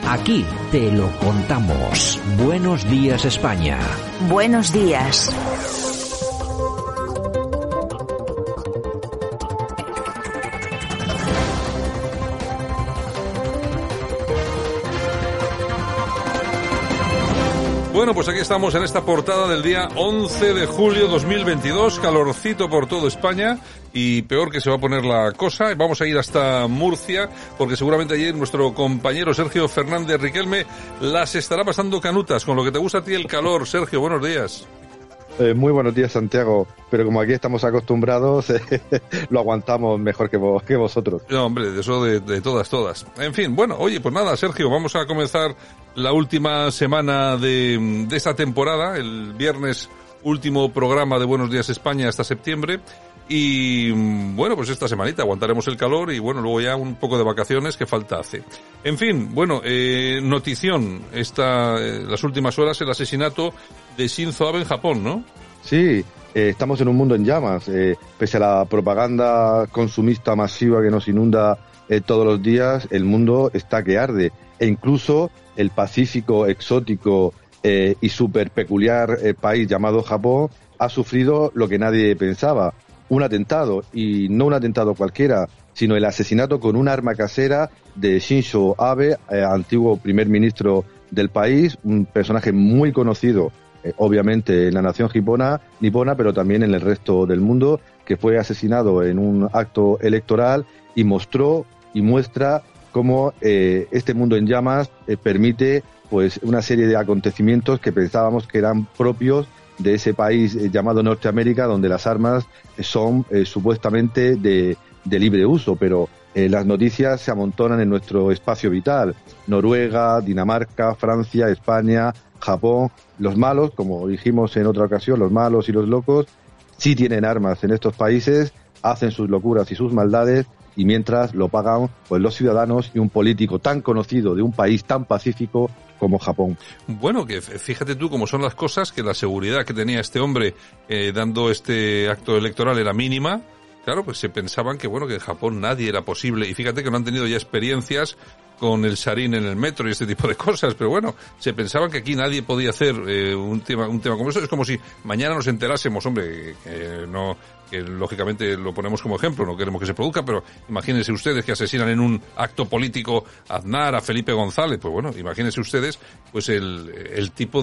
Aquí te lo contamos. Buenos días, España. Buenos días. Bueno, pues aquí estamos en esta portada del día 11 de julio 2022, calorcito por toda España y peor que se va a poner la cosa. Vamos a ir hasta Murcia porque seguramente ayer nuestro compañero Sergio Fernández Riquelme las estará pasando canutas con lo que te gusta a ti el calor. Sergio, buenos días. Muy buenos días, Santiago, pero como aquí estamos acostumbrados, lo aguantamos mejor que vosotros. No, hombre, de eso de todas. En fin, bueno, oye, pues nada, Sergio, vamos a comenzar la última semana de esta temporada, el viernes último programa de Buenos Días España hasta septiembre. Y bueno, pues esta semanita aguantaremos el calor y bueno, luego ya un poco de vacaciones que falta hace. En fin, bueno, notición las últimas horas, el asesinato de Shinzo Abe en Japón, ¿no? Sí, estamos en un mundo en llamas, pese a la propaganda consumista masiva que nos inunda todos los días, el mundo está que arde, e incluso el pacífico, exótico y súper peculiar país llamado Japón ha sufrido lo que nadie pensaba. Un atentado, y no un atentado cualquiera, sino el asesinato con un arma casera de Shinzo Abe, antiguo primer ministro del país, un personaje muy conocido, obviamente en la nación nipona, pero también en el resto del mundo, que fue asesinado en un acto electoral y mostró y muestra cómo este mundo en llamas permite pues una serie de acontecimientos que pensábamos que eran propios de ese país llamado Norteamérica, donde las armas son supuestamente de libre uso, pero las noticias se amontonan en nuestro espacio vital. Noruega, Dinamarca, Francia, España, Japón. Los malos, como dijimos en otra ocasión, los malos y los locos sí tienen armas en estos países, hacen sus locuras y sus maldades, y mientras lo pagan pues los ciudadanos y un político tan conocido de un país tan pacífico como Japón. Bueno, que fíjate tú cómo son las cosas, que la seguridad que tenía este hombre dando este acto electoral era mínima. Claro, pues se pensaban que bueno, que en Japón nadie era posible, y fíjate que no han tenido ya experiencias con el sarín en el metro y este tipo de cosas, pero bueno, se pensaban que aquí nadie podía hacer un tema como eso. Es como si mañana nos enterásemos, hombre, que lógicamente lo ponemos como ejemplo, no queremos que se produzca, pero imagínense ustedes que asesinan en un acto político a Aznar, a Felipe González, pues bueno, imagínense ustedes pues el tipo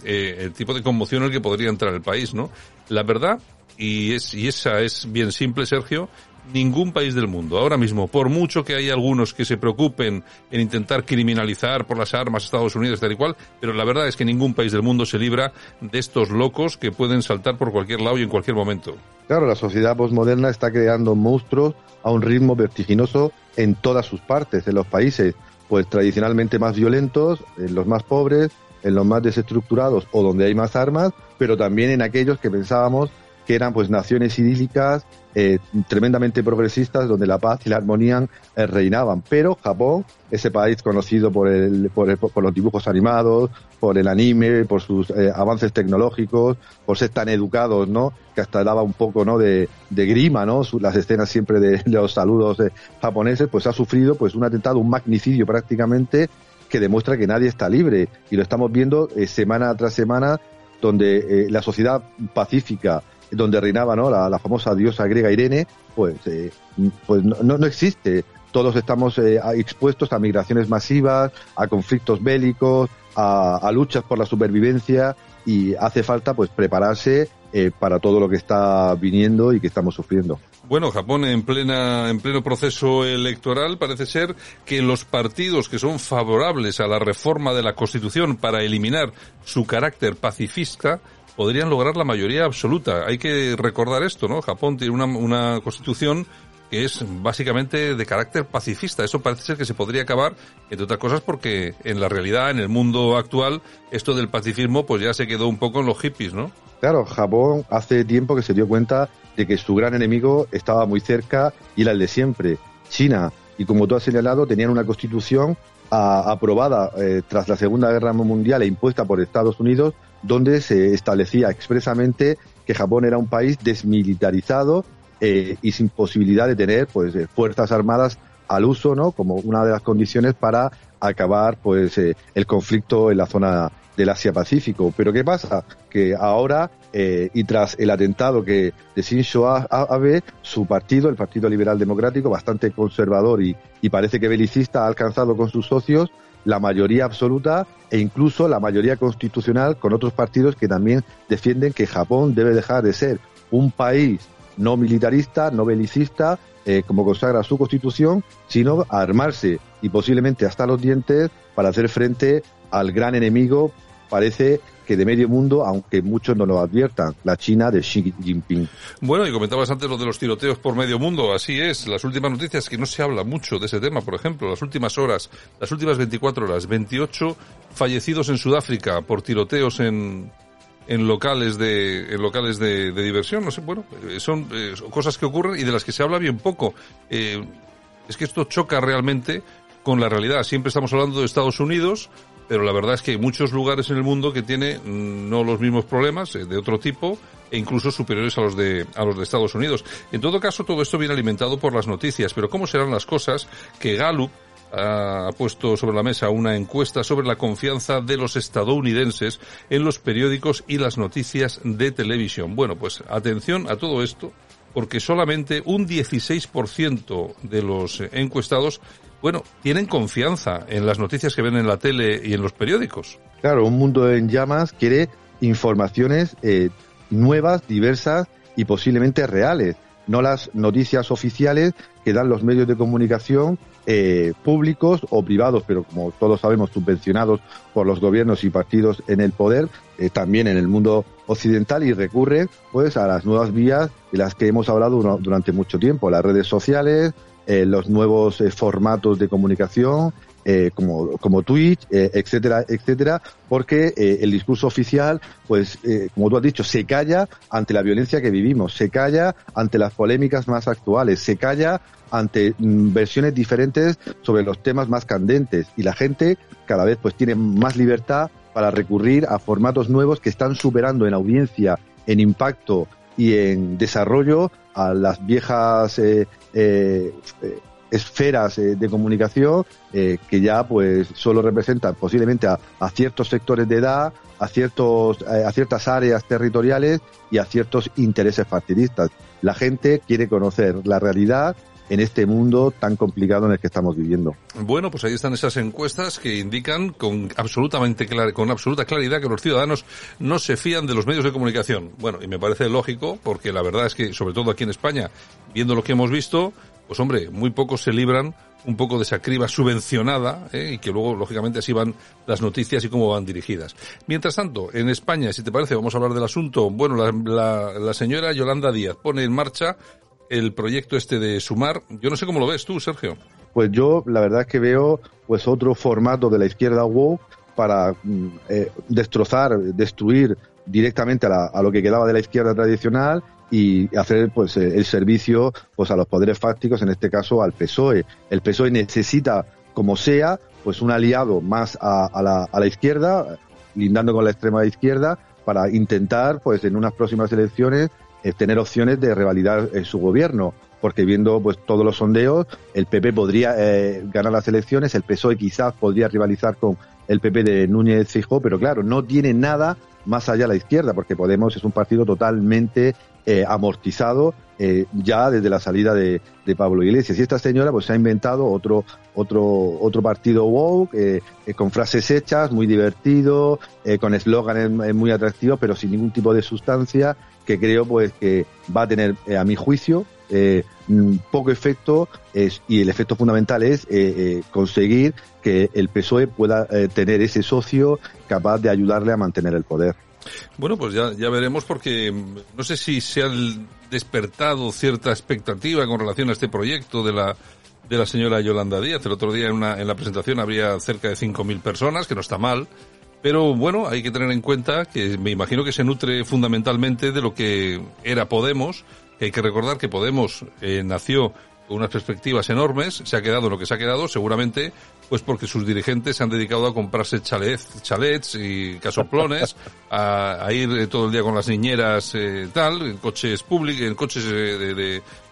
de conmoción en el que podría entrar el país, ¿no? La verdad, y esa es bien simple, Sergio, ningún país del mundo ahora mismo, por mucho que hay algunos que se preocupen en intentar criminalizar por las armas a Estados Unidos tal y cual, pero la verdad es que ningún país del mundo se libra de estos locos que pueden saltar por cualquier lado y en cualquier momento. Claro, la sociedad posmoderna está creando monstruos a un ritmo vertiginoso en todas sus partes, en los países pues tradicionalmente más violentos, en los más pobres, en los más desestructurados o donde hay más armas, pero también en aquellos que pensábamos que eran pues naciones idílicas, tremendamente progresistas, donde la paz y la armonía reinaban. Pero Japón, ese país conocido por los dibujos animados, por el anime, por sus avances tecnológicos, por ser tan educados, ¿no?, que hasta daba un poco, ¿no?, de grima, ¿no?, las escenas siempre de los saludos japoneses, pues ha sufrido pues un atentado, un magnicidio prácticamente, que demuestra que nadie está libre. Y lo estamos viendo semana tras semana, donde la sociedad pacífica, donde reinaba, ¿no?, la famosa diosa griega Irene, pues no existe. Todos estamos expuestos a migraciones masivas, a conflictos bélicos, a luchas por la supervivencia, y hace falta pues prepararse para todo lo que está viniendo y que estamos sufriendo. Bueno, Japón en pleno proceso electoral, parece ser que los partidos que son favorables a la reforma de la Constitución para eliminar su carácter pacifista podrían lograr la mayoría absoluta. Hay que recordar esto, ¿no? Japón tiene una constitución que es básicamente de carácter pacifista. Eso parece ser que se podría acabar, entre otras cosas, porque en la realidad, en el mundo actual, esto del pacifismo pues ya se quedó un poco en los hippies, ¿no? Claro, Japón hace tiempo que se dio cuenta de que su gran enemigo estaba muy cerca y era el de siempre, China. Y como tú has señalado, tenían una constitución aprobada tras la Segunda Guerra Mundial e impuesta por Estados Unidos, donde se establecía expresamente que Japón era un país desmilitarizado y sin posibilidad de tener pues fuerzas armadas al uso, ¿no?, como una de las condiciones para acabar pues el conflicto en la zona del Asia-Pacífico. Pero ¿qué pasa? Que ahora, y tras el atentado de Shinzo Abe, su partido, el Partido Liberal Democrático, bastante conservador y parece que belicista, ha alcanzado con sus socios la mayoría absoluta e incluso la mayoría constitucional con otros partidos que también defienden que Japón debe dejar de ser un país no militarista, no belicista, como consagra su constitución, sino a armarse y posiblemente hasta los dientes para hacer frente al gran enemigo, parece que de medio mundo, aunque muchos no lo adviertan, la China de Xi Jinping. Bueno, y comentabas antes lo de los tiroteos por medio mundo, así es. Las últimas noticias, que no se habla mucho de ese tema, por ejemplo, las últimas horas, las últimas 24 horas, 28 fallecidos en Sudáfrica por tiroteos en locales de diversión, no sé, bueno, son cosas que ocurren y de las que se habla bien poco. Es que esto choca realmente con la realidad. Siempre estamos hablando de Estados Unidos, pero la verdad es que hay muchos lugares en el mundo que tienen no los mismos problemas, de otro tipo, e incluso superiores a los de Estados Unidos. En todo caso, todo esto viene alimentado por las noticias, pero ¿cómo serán las cosas que Gallup ha puesto sobre la mesa una encuesta sobre la confianza de los estadounidenses en los periódicos y las noticias de televisión? Bueno, pues atención a todo esto, porque solamente un 16% de los encuestados, tienen confianza en las noticias que ven en la tele y en los periódicos. Claro, un mundo en llamas quiere informaciones nuevas, diversas y posiblemente reales, no las noticias oficiales que dan los medios de comunicación públicos o privados, pero como todos sabemos, subvencionados por los gobiernos y partidos en el poder, también en el mundo occidental, y recurren pues a las nuevas vías de las que hemos hablado durante mucho tiempo, las redes sociales, los nuevos formatos de comunicación, como Twitch, etcétera, etcétera, porque el discurso oficial, pues, como tú has dicho, se calla ante la violencia que vivimos, se calla ante las polémicas más actuales, se calla ante versiones diferentes sobre los temas más candentes, y la gente cada vez pues tiene más libertad para recurrir a formatos nuevos que están superando en audiencia, en impacto y en desarrollo a las viejas esferas de comunicación que ya pues solo representan posiblemente a ciertos sectores de edad, a ciertas áreas territoriales y a ciertos intereses partidistas. La gente quiere conocer la realidad en este mundo tan complicado en el que estamos viviendo. Bueno, pues ahí están esas encuestas que indican con absoluta claridad que los ciudadanos no se fían de los medios de comunicación. Bueno, y me parece lógico, porque la verdad es que, sobre todo aquí en España, viendo lo que hemos visto, pues hombre, muy pocos se libran un poco de esa criba subvencionada, y que luego, lógicamente, así van las noticias y cómo van dirigidas. Mientras tanto, en España, si te parece, vamos a hablar del asunto. Bueno, la señora Yolanda Díaz pone en marcha el proyecto de Sumar. Yo no sé cómo lo ves tú, Sergio. Pues yo la verdad es que veo pues otro formato de la izquierda woke para destruir directamente a lo que quedaba de la izquierda tradicional y hacer pues el servicio pues a los poderes fácticos, en este caso al PSOE. El PSOE necesita, como sea, pues un aliado más a la izquierda, lindando con la extrema izquierda, para intentar pues en unas próximas elecciones tener opciones de revalidar su gobierno, porque viendo pues todos los sondeos, el PP podría ganar las elecciones, el PSOE quizás podría rivalizar con el PP de Núñez Feijóo, pero claro, no tiene nada más allá a la izquierda, porque Podemos es un partido totalmente amortizado ya desde la salida de Pablo Iglesias. Y esta señora pues se ha inventado otro partido woke, con frases hechas, muy divertido, con eslóganes muy atractivos, pero sin ningún tipo de sustancia, que creo pues que va a tener, a mi juicio, poco efecto, y el efecto fundamental es conseguir que el PSOE pueda tener ese socio capaz de ayudarle a mantener el poder. Bueno, pues ya veremos, porque no sé si se ha despertado cierta expectativa con relación a este proyecto de la señora Yolanda Díaz. El otro día en la presentación habría cerca de 5.000 personas, que no está mal. Pero bueno, hay que tener en cuenta que me imagino que se nutre fundamentalmente de lo que era Podemos. Hay que recordar que Podemos nació con unas perspectivas enormes, se ha quedado en lo que se ha quedado, seguramente pues porque sus dirigentes se han dedicado a comprarse chalets y casoplones, a ir todo el día con las niñeras en coches públicos, en coches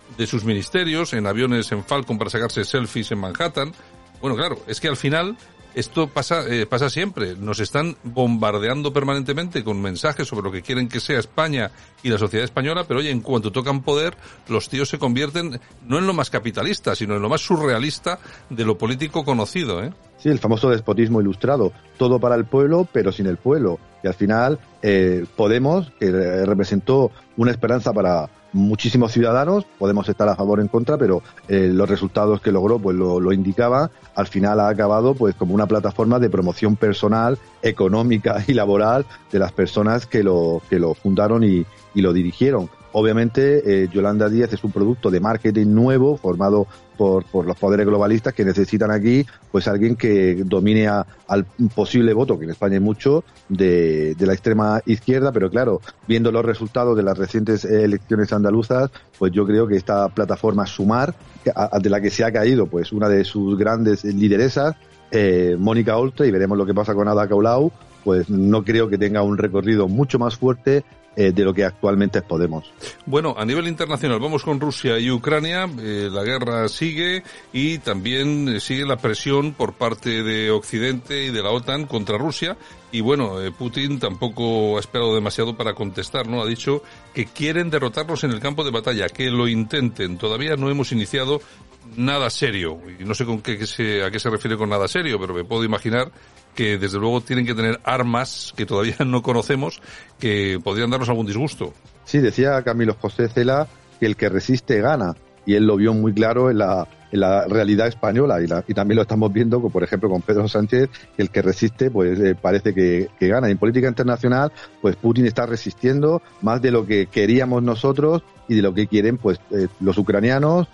de sus ministerios, en aviones en Falcon para sacarse selfies en Manhattan. Bueno, claro, es que al final esto pasa siempre. Nos están bombardeando permanentemente con mensajes sobre lo que quieren que sea España y la sociedad española, pero oye, en cuanto tocan poder, los tíos se convierten no en lo más capitalista, sino en lo más surrealista de lo político conocido, ¿eh? Sí, el famoso despotismo ilustrado. Todo para el pueblo, pero sin el pueblo. Y al final, Podemos, que representó una esperanza para muchísimos ciudadanos, podemos estar a favor o en contra, pero los resultados que logró pues lo indicaba. Al final ha acabado pues como una plataforma de promoción personal, económica y laboral de las personas que lo fundaron y lo dirigieron. Obviamente, Yolanda Díaz es un producto de marketing nuevo formado por los poderes globalistas que necesitan aquí pues alguien que domine al posible voto, que en España hay mucho, de la extrema izquierda, pero claro, viendo los resultados de las recientes elecciones andaluzas, pues yo creo que esta plataforma Sumar, de la que se ha caído pues una de sus grandes lideresas, Mónica Oltra, y veremos lo que pasa con Ada Colau, pues no creo que tenga un recorrido mucho más fuerte de lo que actualmente es Podemos. Bueno, a nivel internacional, vamos con Rusia y Ucrania. La guerra sigue y también sigue la presión por parte de Occidente y de la OTAN contra Rusia. Y bueno, Putin tampoco ha esperado demasiado para contestar, ¿no? Ha dicho que quieren derrotarnos en el campo de batalla, que lo intenten. Todavía no hemos iniciado nada serio. Y no sé a qué se refiere con nada serio, pero me puedo imaginar que desde luego tienen que tener armas que todavía no conocemos, que podrían darnos algún disgusto. Sí, decía Camilo José Cela que el que resiste gana, y él lo vio muy claro en la realidad española, y también lo estamos viendo, por ejemplo, con Pedro Sánchez, que el que resiste pues parece que gana. Y en política internacional, pues Putin está resistiendo más de lo que queríamos nosotros y de lo que quieren pues los ucranianos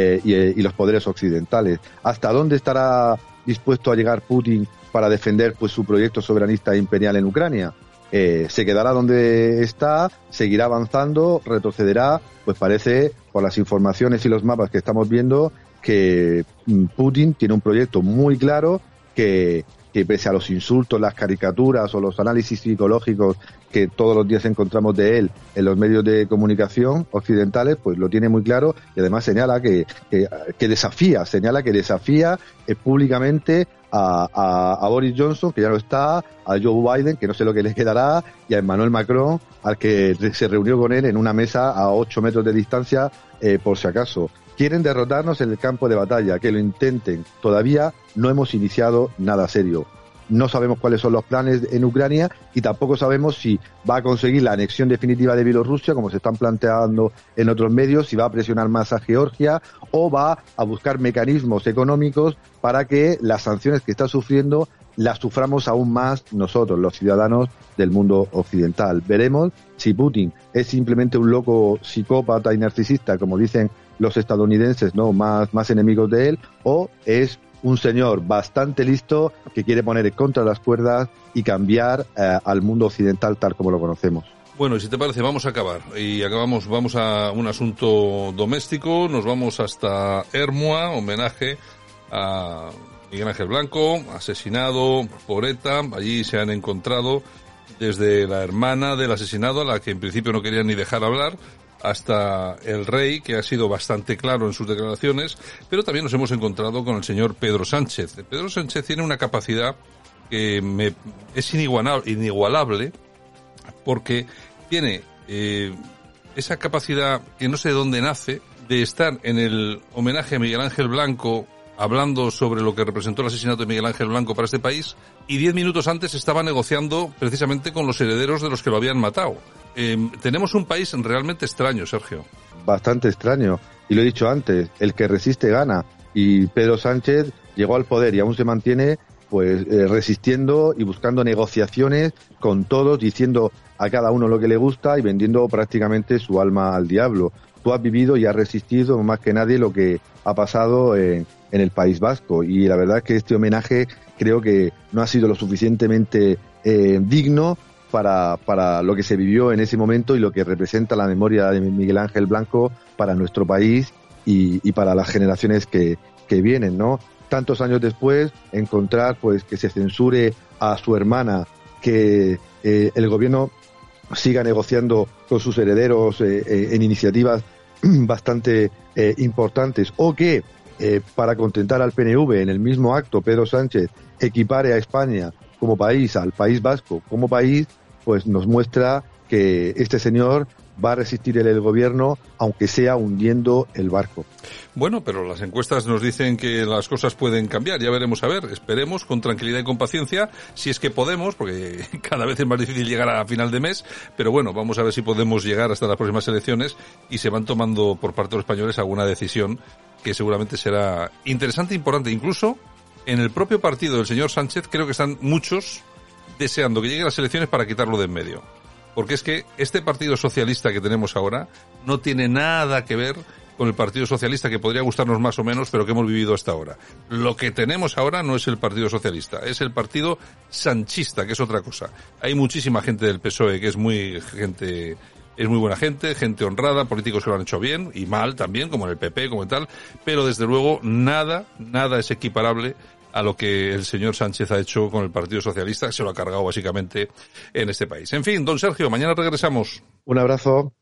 y los poderes occidentales. ¿Hasta dónde estará dispuesto a llegar Putin para defender pues su proyecto soberanista e imperial en Ucrania? ¿Se quedará donde está? ¿Seguirá avanzando? ¿Retrocederá? Pues parece, por las informaciones y los mapas que estamos viendo, que Putin tiene un proyecto muy claro que pese a los insultos, las caricaturas o los análisis psicológicos que todos los días encontramos de él en los medios de comunicación occidentales, pues lo tiene muy claro, y además señala que desafía públicamente a Boris Johnson, que ya no está, a Joe Biden, que no sé lo que le quedará, y a Emmanuel Macron, al que se reunió con él en una mesa a 8 metros de distancia, por si acaso. Quieren derrotarnos en el campo de batalla, que lo intenten. Todavía no hemos iniciado nada serio. No sabemos cuáles son los planes en Ucrania y tampoco sabemos si va a conseguir la anexión definitiva de Bielorrusia, como se están planteando en otros medios, si va a presionar más a Georgia o va a buscar mecanismos económicos para que las sanciones que está sufriendo las suframos aún más nosotros, los ciudadanos del mundo occidental. Veremos si Putin es simplemente un loco psicópata y narcisista, como dicen los estadounidenses, ¿no?, más enemigos de él, o es un señor bastante listo que quiere poner en contra las cuerdas y cambiar al mundo occidental tal como lo conocemos. Bueno, y si te parece, vamos a acabar. Vamos a un asunto doméstico, nos vamos hasta Ermua, homenaje a Miguel Ángel Blanco, asesinado por ETA. Allí se han encontrado desde la hermana del asesinado, a la que en principio no querían ni dejar hablar, hasta el rey, que ha sido bastante claro en sus declaraciones, pero también nos hemos encontrado con el señor Pedro Sánchez. Pedro Sánchez tiene una capacidad que es inigualable, porque tiene esa capacidad que no sé de dónde nace, de estar en el homenaje a Miguel Ángel Blanco hablando sobre lo que representó el asesinato de Miguel Ángel Blanco para este país, y 10 minutos antes estaba negociando precisamente con los herederos de los que lo habían matado. Tenemos un país realmente extraño, Sergio. Bastante extraño. Y lo he dicho antes, el que resiste gana. Y Pedro Sánchez llegó al poder y aún se mantiene pues resistiendo y buscando negociaciones con todos, diciendo a cada uno lo que le gusta y vendiendo prácticamente su alma al diablo. Tú has vivido y has resistido más que nadie lo que ha pasado en el País Vasco, y la verdad es que este homenaje creo que no ha sido lo suficientemente digno para lo que se vivió en ese momento y lo que representa la memoria de Miguel Ángel Blanco para nuestro país y para las generaciones que vienen, ¿no? Tantos años después, encontrar pues que se censure a su hermana, que el gobierno siga negociando con sus herederos en iniciativas bastante importantes, o que para contentar al PNV en el mismo acto Pedro Sánchez equipare a España como país, al País Vasco como país, pues nos muestra que este señor va a resistir el gobierno, aunque sea hundiendo el barco. Bueno, pero las encuestas nos dicen que las cosas pueden cambiar. Ya veremos, a ver, esperemos con tranquilidad y con paciencia, si es que podemos, porque cada vez es más difícil llegar a final de mes, pero bueno, vamos a ver si podemos llegar hasta las próximas elecciones y se van tomando por parte de los españoles alguna decisión que seguramente será interesante e importante. Incluso en el propio partido del señor Sánchez creo que están muchos deseando que lleguen las elecciones para quitarlo de en medio. Porque es que este Partido Socialista que tenemos ahora no tiene nada que ver con el Partido Socialista que podría gustarnos más o menos, pero que hemos vivido hasta ahora. Lo que tenemos ahora no es el Partido Socialista, es el Partido Sanchista, que es otra cosa. Hay muchísima gente del PSOE que es muy buena gente, gente honrada, políticos que lo han hecho bien y mal también, como en el PP, como en tal, pero desde luego nada es equiparable a lo que el señor Sánchez ha hecho con el Partido Socialista, que se lo ha cargado básicamente en este país. En fin, don Sergio, mañana regresamos. Un abrazo.